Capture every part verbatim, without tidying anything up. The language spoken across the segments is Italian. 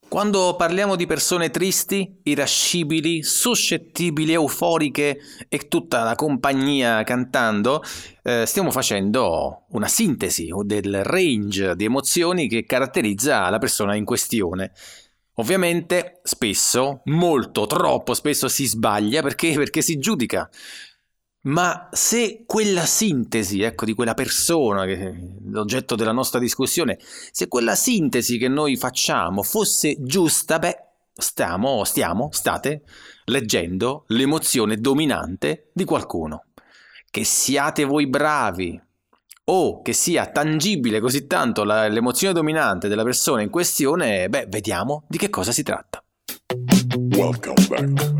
Quando parliamo di persone tristi, irascibili, suscettibili, euforiche e tutta la compagnia cantando, eh, stiamo facendo una sintesi del range di emozioni che caratterizza la persona in questione. Ovviamente, spesso, molto, troppo spesso si sbaglia perché, perché si giudica. Ma se quella sintesi, ecco, di quella persona che è l'oggetto della nostra discussione, se quella sintesi che noi facciamo fosse giusta, beh, stiamo, stiamo, state leggendo l'emozione dominante di qualcuno. Che siate voi bravi o che sia tangibile così tanto la, l'emozione dominante della persona in questione, beh, vediamo di che cosa si tratta. Welcome back.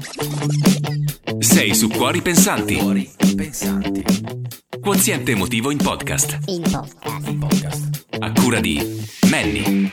Sei su Cuori Pensanti. Cuori Pensanti. Quoziente emotivo in podcast. In podcast. In podcast. A cura di Manny.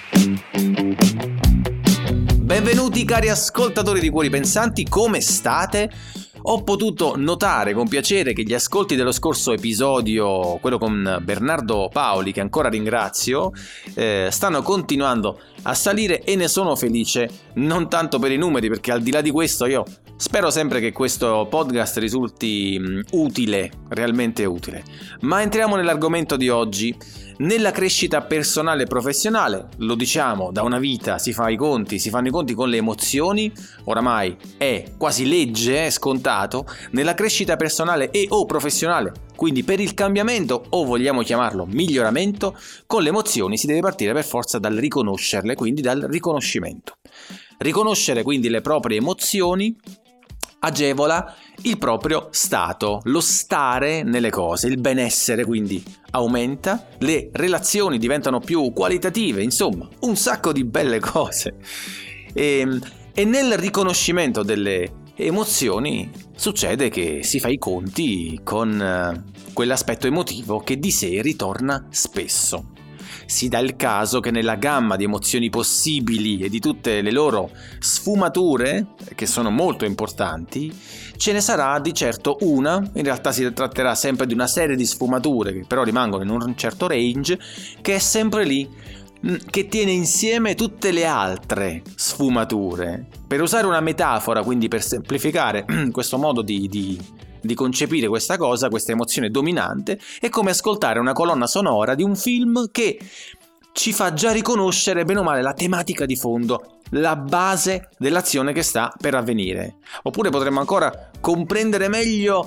Benvenuti cari ascoltatori di Cuori Pensanti, come state? Ho potuto notare con piacere che gli ascolti dello scorso episodio, quello con Bernardo Paoli, che ancora ringrazio, eh, stanno continuando a salire e ne sono felice, non tanto per i numeri, perché al di là di questo io spero sempre che questo podcast risulti mh, utile, realmente utile. Ma entriamo nell'argomento di oggi. Nella crescita personale e professionale, lo diciamo, da una vita si fa i conti, si fanno i conti con le emozioni, oramai è quasi legge, è scontato. Nella crescita personale e o professionale, quindi per il cambiamento o vogliamo chiamarlo miglioramento, con le emozioni si deve partire per forza dal riconoscerle, quindi dal riconoscimento. Riconoscere quindi le proprie emozioni agevola il proprio stato, lo stare nelle cose, il benessere quindi aumenta, le relazioni diventano più qualitative, insomma, un sacco di belle cose. E, e nel riconoscimento delle emozioni succede che si fa i conti con uh, quell'aspetto emotivo che di sé ritorna spesso. Si dà il caso che nella gamma di emozioni possibili e di tutte le loro sfumature, che sono molto importanti, ce ne sarà di certo una, in realtà si tratterà sempre di una serie di sfumature che però rimangono in un certo range, che è sempre lì, che tiene insieme tutte le altre sfumature. Per usare una metafora, quindi per semplificare questo modo di... di di concepire questa cosa, questa emozione dominante, è come ascoltare una colonna sonora di un film che ci fa già riconoscere bene o male la tematica di fondo, la base dell'azione che sta per avvenire. Oppure potremmo ancora comprendere meglio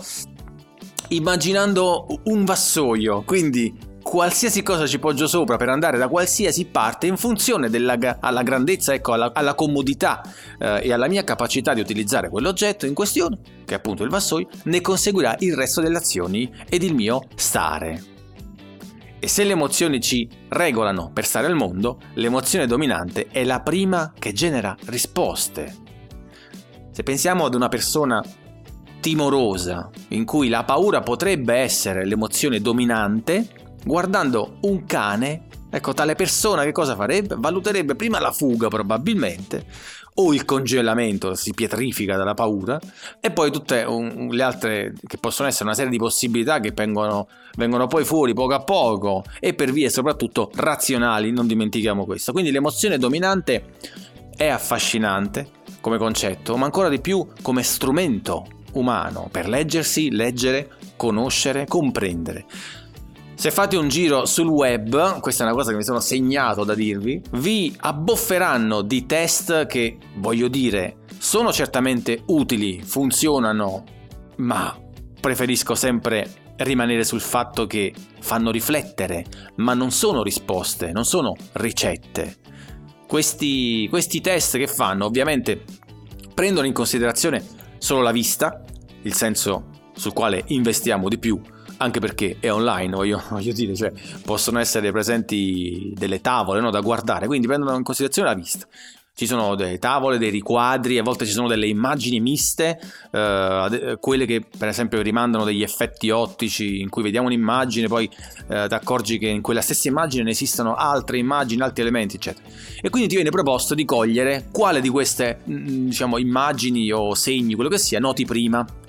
immaginando un vassoio, quindi qualsiasi cosa ci poggio sopra per andare da qualsiasi parte in funzione della alla grandezza, ecco, alla, alla comodità eh, e alla mia capacità di utilizzare quell'oggetto in questione, che è appunto il vassoio, ne conseguirà il resto delle azioni ed il mio stare. E se le emozioni ci regolano per stare al mondo, l'emozione dominante è la prima che genera risposte. Se pensiamo ad una persona timorosa, in cui la paura potrebbe essere l'emozione dominante, guardando un cane, ecco, tale persona che cosa farebbe? Valuterebbe prima la fuga probabilmente, o il congelamento, si pietrifica dalla paura, e poi tutte un, le altre che possono essere una serie di possibilità che vengono, vengono poi fuori poco a poco e per vie soprattutto razionali, non dimentichiamo questo. Quindi l'emozione dominante è affascinante come concetto, ma ancora di più come strumento umano per leggersi, leggere, conoscere, comprendere. Se fate un giro sul web, questa è una cosa che mi sono segnato da dirvi, vi abbofferanno di test che, voglio dire, sono certamente utili, funzionano, ma preferisco sempre rimanere sul fatto che fanno riflettere, ma non sono risposte, non sono ricette. Questi, questi test che fanno, ovviamente, prendono in considerazione solo la vista, il senso sul quale investiamo di più, anche perché è online, voglio, voglio dire, cioè possono essere presenti delle tavole, no, da guardare, quindi prendono in considerazione la vista. Ci sono delle tavole, dei riquadri, a volte ci sono delle immagini miste, eh, quelle che per esempio rimandano degli effetti ottici in cui vediamo un'immagine, poi eh, ti accorgi che in quella stessa immagine ne esistono altre immagini, altri elementi, eccetera. E quindi ti viene proposto di cogliere quale di queste, diciamo, immagini o segni, quello che sia, noti prima.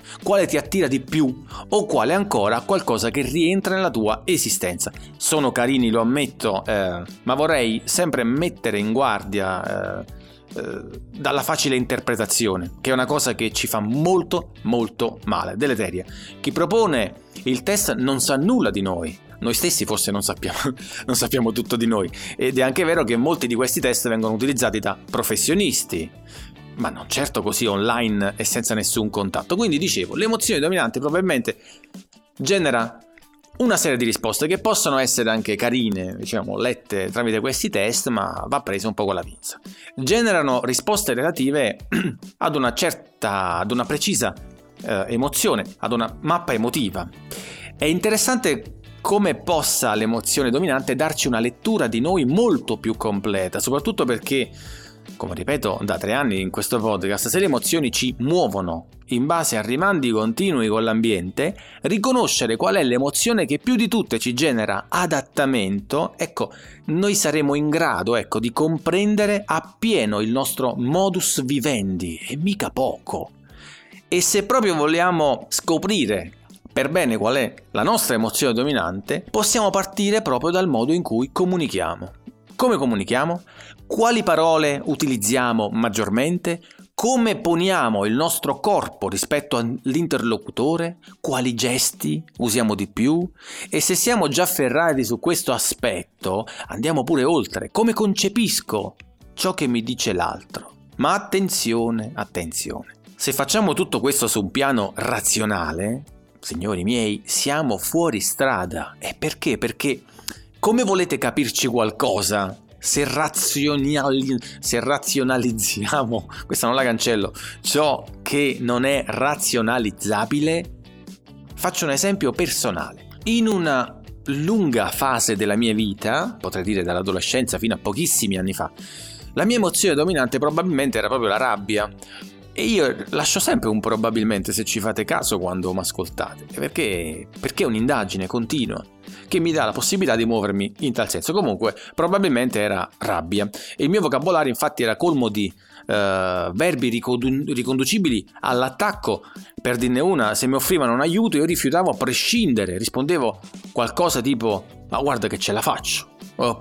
quale ti attira di più o quale ancora qualcosa che rientra nella tua esistenza. Sono carini, lo ammetto, eh, ma vorrei sempre mettere in guardia eh, eh, dalla facile interpretazione, che è una cosa che ci fa molto molto male, deleteria. Chi propone il test non sa nulla di noi. Noi stessi forse non sappiamo, non sappiamo tutto di noi, ed è anche vero che molti di questi test vengono utilizzati da professionisti, ma non certo così online e senza nessun contatto. Quindi dicevo, l'emozione dominante probabilmente genera una serie di risposte che possono essere anche carine, diciamo, lette tramite questi test, ma va preso un po' con la pinza. Generano risposte relative ad una certa, ad una precisa eh, emozione, ad una mappa emotiva. È interessante come possa l'emozione dominante darci una lettura di noi molto più completa, soprattutto perché, come ripeto da tre anni in questo podcast, se le emozioni ci muovono in base a rimandi continui con l'ambiente, riconoscere qual è l'emozione che più di tutte ci genera adattamento, ecco, noi saremo in grado, ecco, di comprendere appieno il nostro modus vivendi, e mica poco. E se proprio vogliamo scoprire per bene qual è la nostra emozione dominante, possiamo partire proprio dal modo in cui comunichiamo. Come comunichiamo? Quali parole utilizziamo maggiormente? Come poniamo il nostro corpo rispetto all'interlocutore? Quali gesti usiamo di più? E se siamo già ferrati su questo aspetto, andiamo pure oltre. Come concepisco ciò che mi dice l'altro? Ma attenzione, attenzione. Se facciamo tutto questo su un piano razionale, signori miei, siamo fuori strada. E perché? Perché come volete capirci qualcosa se, razionali- se razionalizziamo, questa non la cancello, ciò che non è razionalizzabile? Faccio un esempio personale. In una lunga fase della mia vita, potrei dire dall'adolescenza fino a pochissimi anni fa, la mia emozione dominante probabilmente era proprio la rabbia. E io lascio sempre un probabilmente, se ci fate caso quando mi ascoltate, perché, perché è un'indagine continua che mi dà la possibilità di muovermi in tal senso. Comunque, probabilmente era rabbia. E il mio vocabolario infatti era colmo di uh, verbi ricondu- riconducibili all'attacco. Per dirne una, se mi offrivano un aiuto io rifiutavo a prescindere, rispondevo qualcosa tipo ma guarda che ce la faccio,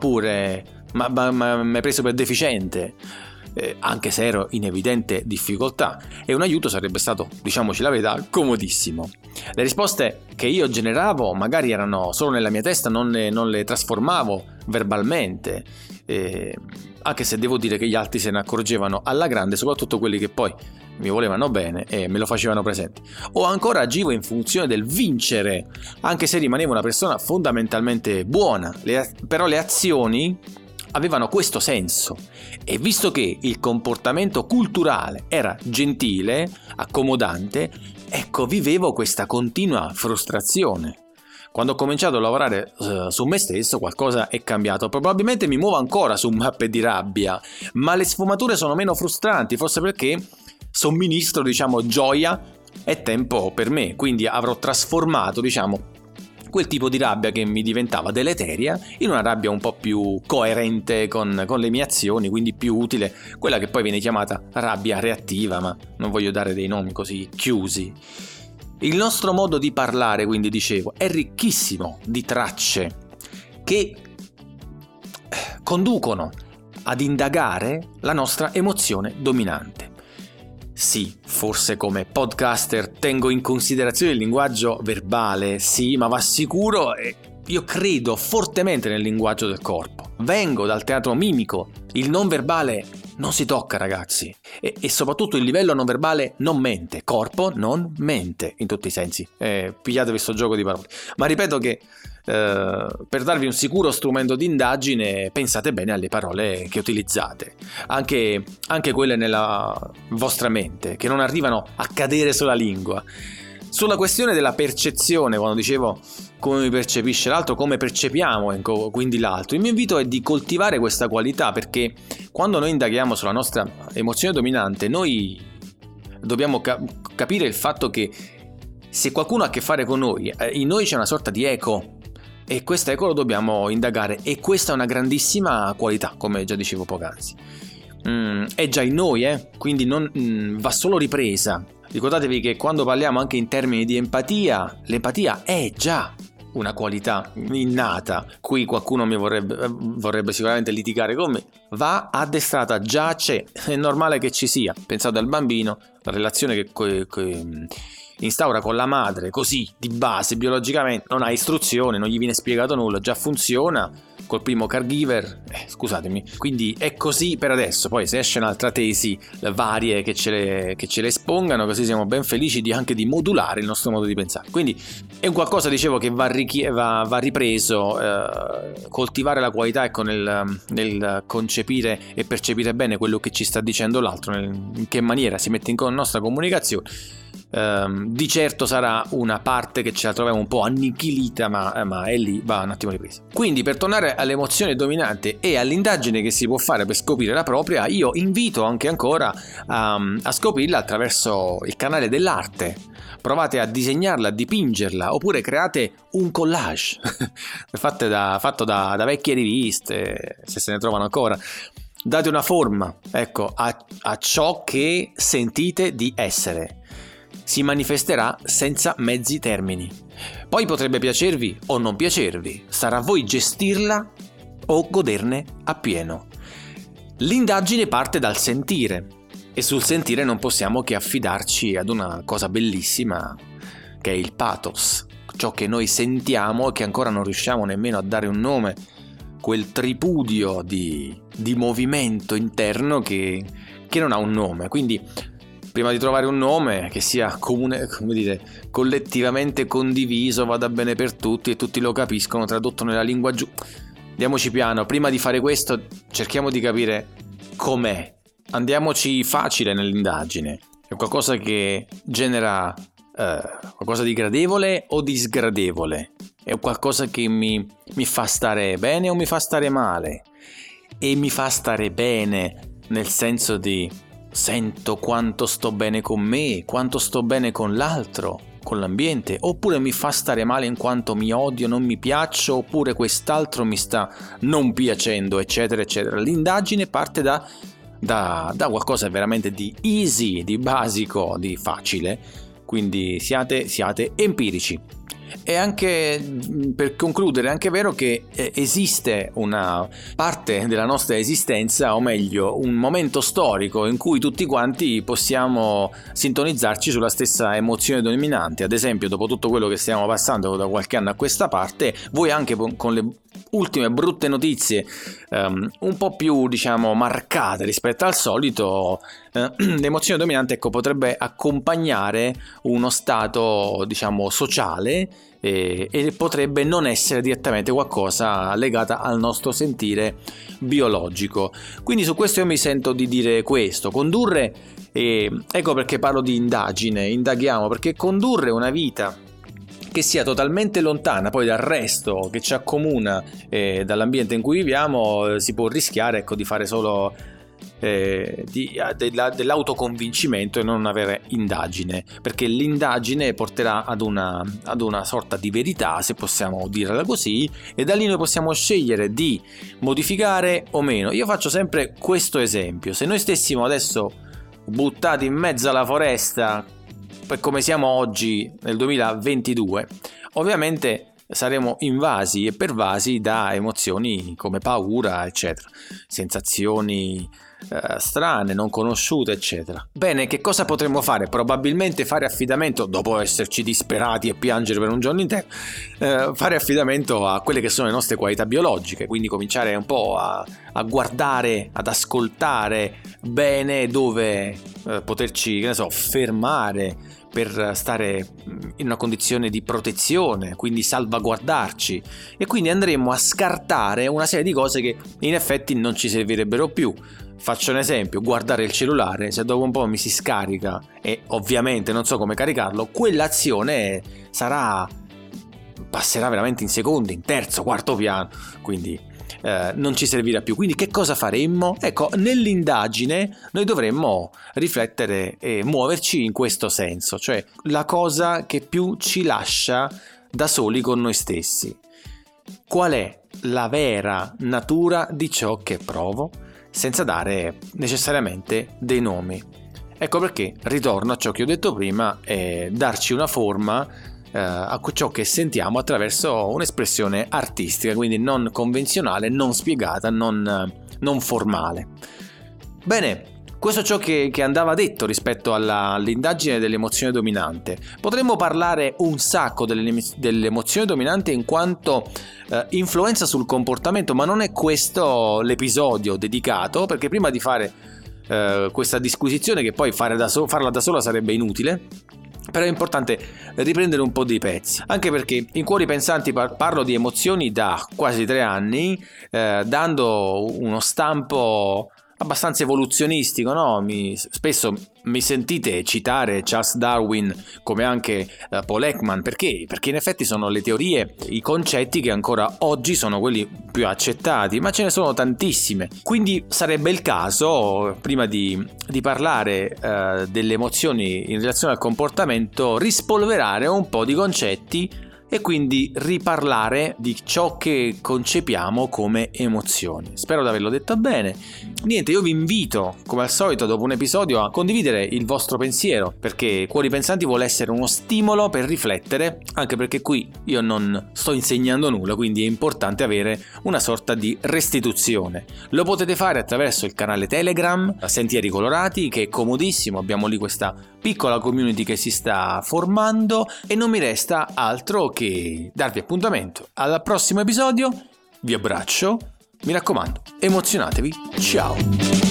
oppure ma mi hai preso per deficiente. Eh, anche se ero in evidente difficoltà, e un aiuto sarebbe stato, diciamoci la verità, comodissimo. Le risposte che io generavo magari erano solo nella mia testa, non le, non le trasformavo verbalmente, eh, anche se devo dire che gli altri se ne accorgevano alla grande, soprattutto quelli che poi mi volevano bene e me lo facevano presente. O ancora agivo in funzione del vincere, anche se rimanevo una persona fondamentalmente buona, le, però le azioni avevano questo senso, e visto che il comportamento culturale era gentile, accomodante, ecco, vivevo questa continua frustrazione. Quando ho cominciato a lavorare uh, su me stesso, qualcosa è cambiato. Probabilmente mi muovo ancora su mappe di rabbia, ma le sfumature sono meno frustranti, forse perché somministro, diciamo, gioia e tempo per me, quindi avrò trasformato, diciamo, quel tipo di rabbia che mi diventava deleteria in una rabbia un po' più coerente con, con le mie azioni, quindi più utile, quella che poi viene chiamata rabbia reattiva, ma non voglio dare dei nomi così chiusi. Il nostro modo di parlare, quindi dicevo, è ricchissimo di tracce che conducono ad indagare la nostra emozione dominante. Sì, forse come podcaster tengo in considerazione il linguaggio verbale, sì, ma va sicuro, eh, io credo fortemente nel linguaggio del corpo. Vengo dal teatro mimico, il non verbale non si tocca, ragazzi, e, e soprattutto il livello non verbale non mente, corpo non mente in tutti i sensi. Eh, pigliatevi sto gioco di parole. Ma ripeto che eh, per darvi un sicuro strumento di indagine pensate bene alle parole che utilizzate, anche, anche quelle nella vostra mente, che non arrivano a cadere sulla lingua. Sulla questione della percezione, quando dicevo come mi percepisce l'altro, come percepiamo quindi l'altro, il mio invito è di coltivare questa qualità, perché quando noi indaghiamo sulla nostra emozione dominante noi dobbiamo ca- capire il fatto che se qualcuno ha a che fare con noi, in noi c'è una sorta di eco, e questa eco lo dobbiamo indagare, e questa è una grandissima qualità, come già dicevo poc'anzi. mm, è già in noi, eh? Quindi non, mm, va solo ripresa. Ricordatevi che quando parliamo anche in termini di empatia, l'empatia è già una qualità innata. Qui qualcuno mi vorrebbe, vorrebbe sicuramente litigare con me. Va addestrata, già c'è, è normale che ci sia. Pensate al bambino, la relazione che, che, che instaura con la madre, così di base biologicamente, non ha istruzione, non gli viene spiegato nulla, già funziona col primo caregiver, eh, scusatemi, quindi è così per adesso. Poi se esce un'altra tesi varie che ce le, che ce le espongano, così siamo ben felici di anche di modulare il nostro modo di pensare. Quindi è un qualcosa, dicevo, che va, richie- va, va ripreso, eh, coltivare la qualità, ecco, nel, nel concepire e percepire bene quello che ci sta dicendo l'altro, nel, in che maniera si mette in con- nostra comunicazione. Um, di certo sarà una parte che ce la troviamo un po' annichilita, ma, ma è lì, va un attimo ripresa. Quindi, per tornare all'emozione dominante e all'indagine che si può fare per scoprire la propria, io invito anche ancora a, a scoprirla attraverso il canale dell'arte. Provate a disegnarla, a dipingerla, oppure create un collage fatto da, fatto da, da vecchie riviste, se se ne trovano ancora. Date una forma, ecco, a, a ciò che sentite di essere. Si manifesterà senza mezzi termini. Poi potrebbe piacervi o non piacervi, sarà a voi gestirla o goderne appieno. L'indagine parte dal sentire e sul sentire non possiamo che affidarci ad una cosa bellissima che è il pathos, ciò che noi sentiamo e che ancora non riusciamo nemmeno a dare un nome, quel tripudio di, di movimento interno che, che non ha un nome. Quindi prima di trovare un nome che sia comune, come dire, collettivamente condiviso, vada bene per tutti e tutti lo capiscono, tradotto nella lingua giù, andiamoci piano. Prima di fare questo cerchiamo di capire com'è, andiamoci facile nell'indagine. È qualcosa che genera eh, qualcosa di gradevole o di sgradevole? È qualcosa che mi, mi fa stare bene o mi fa stare male? E mi fa stare bene nel senso di sento quanto sto bene con me, quanto sto bene con l'altro, con l'ambiente, oppure mi fa stare male in quanto mi odio, non mi piaccio, oppure quest'altro mi sta non piacendo, eccetera, eccetera. L'indagine parte da, da, da qualcosa veramente di easy, di basico, di facile, quindi siate, siate empirici. E anche, per concludere, è anche vero che esiste una parte della nostra esistenza, o meglio un momento storico in cui tutti quanti possiamo sintonizzarci sulla stessa emozione dominante. Ad esempio, dopo tutto quello che stiamo passando da qualche anno a questa parte, voi anche con le ultime brutte notizie um, un po' più, diciamo, marcate rispetto al solito, uh, l'emozione dominante, ecco, potrebbe accompagnare uno stato, diciamo, sociale e, e potrebbe non essere direttamente qualcosa legata al nostro sentire biologico. Quindi su questo io mi sento di dire questo: condurre, e ecco perché parlo di indagine, indaghiamo, perché condurre una vita che sia totalmente lontana poi dal resto che ci accomuna, eh, dall'ambiente in cui viviamo, eh, si può rischiare, ecco, di fare solo eh, di, della, dell'autoconvincimento e non avere indagine, perché l'indagine porterà ad una, ad una sorta di verità, se possiamo dirla così, e da lì noi possiamo scegliere di modificare o meno. Io faccio sempre questo esempio: se noi stessimo adesso buttati in mezzo alla foresta per come siamo oggi nel duemilaventidue, ovviamente saremo invasi e pervasi da emozioni come paura, eccetera, sensazioni eh, strane, non conosciute, eccetera. Bene, che cosa potremmo fare? Probabilmente fare affidamento, dopo esserci disperati e piangere per un giorno intero, eh, fare affidamento a quelle che sono le nostre qualità biologiche, quindi cominciare un po' a, a guardare, ad ascoltare bene dove eh, poterci, che ne so, fermare per stare in una condizione di protezione, quindi salvaguardarci, e quindi andremo a scartare una serie di cose che in effetti non ci servirebbero più. Faccio un esempio: guardare il cellulare, se dopo un po' mi si scarica e ovviamente non so come caricarlo, quell'azione sarà passerà veramente in secondo, in terzo, quarto piano, quindi eh, non ci servirà più. Quindi che cosa faremmo? Ecco, nell'indagine noi dovremmo riflettere e muoverci in questo senso, cioè la cosa che più ci lascia da soli con noi stessi. Qual è la vera natura di ciò che provo? senza dare necessariamente dei nomi. Ecco perché ritorno a ciò che ho detto prima e darci una forma eh, a ciò che sentiamo attraverso un'espressione artistica, quindi non convenzionale, non spiegata, non, non formale. Bene. Questo è ciò che, che andava detto rispetto alla, all'indagine dell'emozione dominante. Potremmo parlare un sacco delle, dell'emozione dominante in quanto eh, influenza sul comportamento, ma non è questo l'episodio dedicato, perché prima di fare eh, questa disquisizione, che poi fare da so- farla da sola sarebbe inutile, però è importante riprendere un po' dei pezzi, anche perché in Cuori Pensanti par- parlo di emozioni da quasi tre anni, eh, dando uno stampo abbastanza evoluzionistico, no? Mi, spesso mi sentite citare Charles Darwin come anche uh, Paul Ekman, perché? Perché in effetti sono le teorie, i concetti che ancora oggi sono quelli più accettati, ma ce ne sono tantissime. Quindi sarebbe il caso, prima di, di parlare uh, delle emozioni in relazione al comportamento, rispolverare un po' di concetti e quindi riparlare di ciò che concepiamo come emozioni. Spero di averlo detto bene. Niente, io vi invito, come al solito, dopo un episodio a condividere il vostro pensiero, perché Cuori Pensanti vuole essere uno stimolo per riflettere, anche perché qui io non sto insegnando nulla, quindi è importante avere una sorta di restituzione. Lo potete fare attraverso il canale Telegram Sentieri Colorati, che è comodissimo, abbiamo lì questa piccola community che si sta formando e non mi resta altro che darvi appuntamento al prossimo episodio. Vi abbraccio, mi raccomando, emozionatevi, ciao!